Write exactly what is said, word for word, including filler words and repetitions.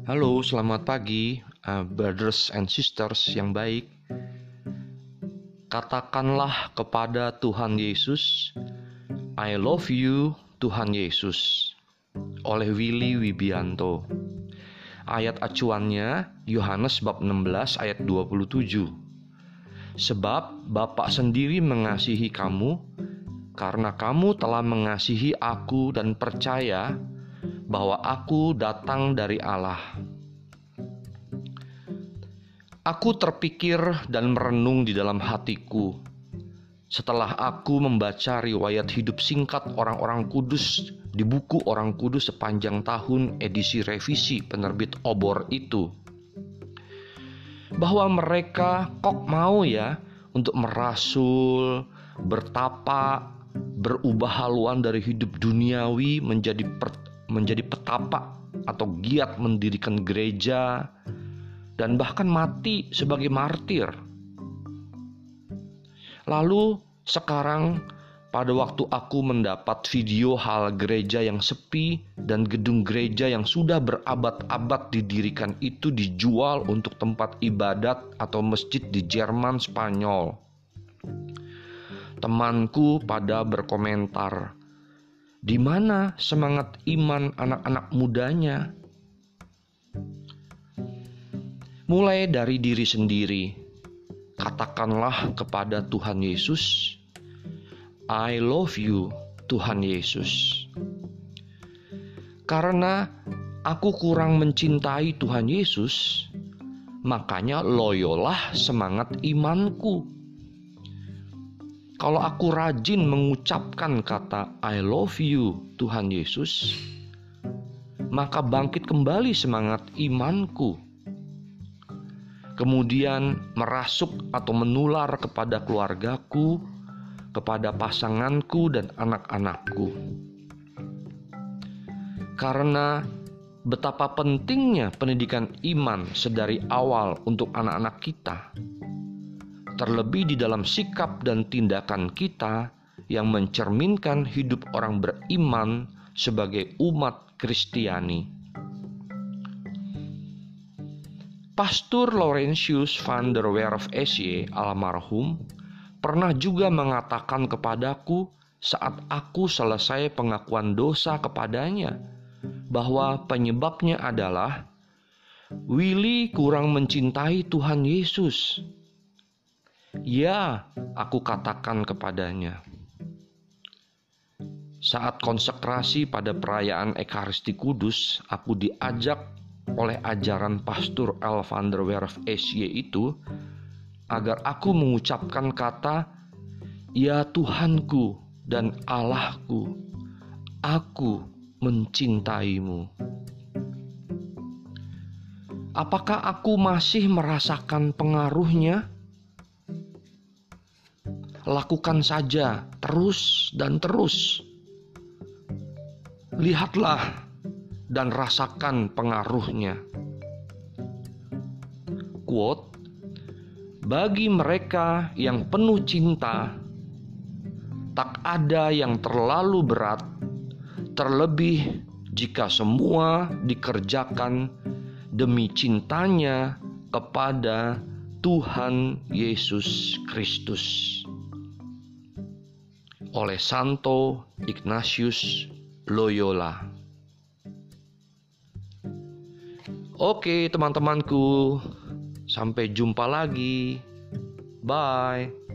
Halo, selamat pagi, uh, brothers and sisters yang baik. Katakanlah kepada Tuhan Yesus, I love you, Tuhan Yesus. Oleh Willy Wibianto. Ayat acuannya Yohanes bab enam belas ayat dua puluh tujuh. Sebab Bapa sendiri mengasihi kamu, karena kamu telah mengasihi aku dan percaya bahwa aku datang dari Allah. Aku terpikir dan merenung di dalam hatiku setelah aku membaca riwayat hidup singkat orang-orang kudus di buku Orang Kudus sepanjang tahun edisi revisi penerbit Obor itu, bahwa mereka kok mau ya untuk merasul, bertapa, berubah haluan dari hidup duniawi menjadi per, menjadi petapa atau giat mendirikan gereja dan bahkan mati sebagai martir. Lalu sekarang pada waktu aku mendapat video hal gereja yang sepi dan gedung gereja yang sudah berabad-abad didirikan itu dijual untuk tempat ibadat atau masjid di Jerman, Spanyol. Temanku pada berkomentar, di mana semangat iman anak-anak mudanya? Mulai dari diri sendiri, katakanlah kepada Tuhan Yesus, I love you, Tuhan Yesus. Karena aku kurang mencintai Tuhan Yesus, makanya loyolah semangat imanku. Kalau aku rajin mengucapkan kata I love you, Tuhan Yesus, maka bangkit kembali semangat imanku. Kemudian merasuk atau menular kepada keluargaku, kepada pasanganku dan anak-anakku. Karena betapa pentingnya pendidikan iman sedari awal untuk anak-anak kita, terlebih di dalam sikap dan tindakan kita yang mencerminkan hidup orang beriman sebagai umat Kristiani. Pastor Laurentius van der Werf S Y almarhum pernah juga mengatakan kepadaku saat aku selesai pengakuan dosa kepadanya bahwa penyebabnya adalah Willy kurang mencintai Tuhan Yesus. Ya, aku katakan kepadanya. Saat konsekrasi pada perayaan Ekaristi Kudus, aku diajak oleh ajaran Pastor L. van der Werf S Y itu agar aku mengucapkan kata, ya Tuhanku dan Allahku, aku mencintaimu. Apakah aku masih merasakan pengaruhnya? Lakukan saja terus dan terus. Lihatlah dan rasakan pengaruhnya. Quote, bagi mereka yang penuh cinta, tak ada yang terlalu berat, terlebih jika semua dikerjakan demi cintanya kepada Tuhan Yesus Kristus. Oleh Santo Ignatius Loyola. Oke teman-temanku, sampai jumpa lagi. Bye.